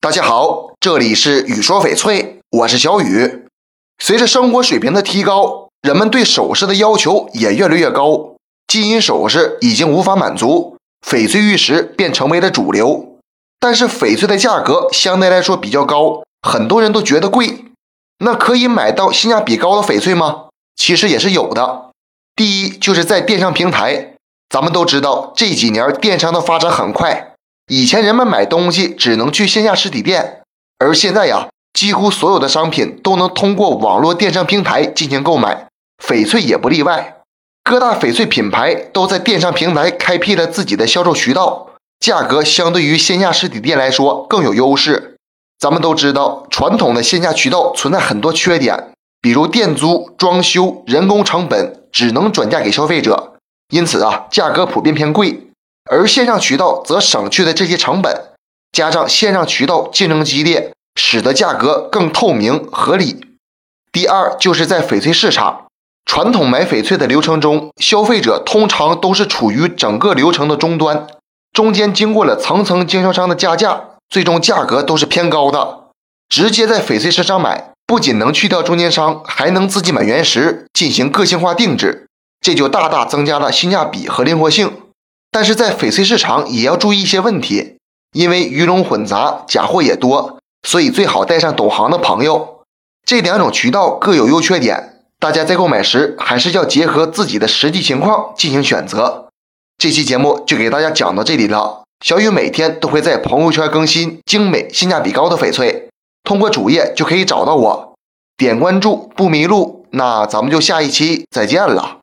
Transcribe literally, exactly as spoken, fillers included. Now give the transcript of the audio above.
大家好，这里是雨说翡翠，我是小雨。随着生活水平的提高，人们对首饰的要求也越来越高，金银首饰已经无法满足，翡翠玉石便成为了主流。但是翡翠的价格相对来说比较高，很多人都觉得贵。那可以买到性价比高的翡翠吗？其实也是有的。第一，就是在电商平台，咱们都知道这几年电商的发展很快。以前人们买东西只能去线下实体店，而现在呀，几乎所有的商品都能通过网络电商平台进行购买，翡翠也不例外。各大翡翠品牌都在电商平台开辟了自己的销售渠道，价格相对于线下实体店来说更有优势。咱们都知道，传统的线下渠道存在很多缺点，比如店租、装修、人工成本只能转嫁给消费者，因此啊，价格普遍偏贵。而线上渠道则省去了这些成本，加上线上渠道竞争激烈，使得价格更透明合理。第二，就是在翡翠市场，传统买翡翠的流程中，消费者通常都是处于整个流程的终端，中间经过了层层经销商的加价，最终价格都是偏高的。直接在翡翠市场买，不仅能去掉中间商，还能自己买原石，进行个性化定制，这就大大增加了性价比和灵活性。但是在翡翠市场也要注意一些问题，因为鱼龙混杂，假货也多，所以最好带上懂行的朋友。这两种渠道各有优缺点，大家在购买时还是要结合自己的实际情况进行选择。这期节目就给大家讲到这里了。小雨每天都会在朋友圈更新精美性价比高的翡翠，通过主页就可以找到我，点关注不迷路。那咱们就下一期再见了。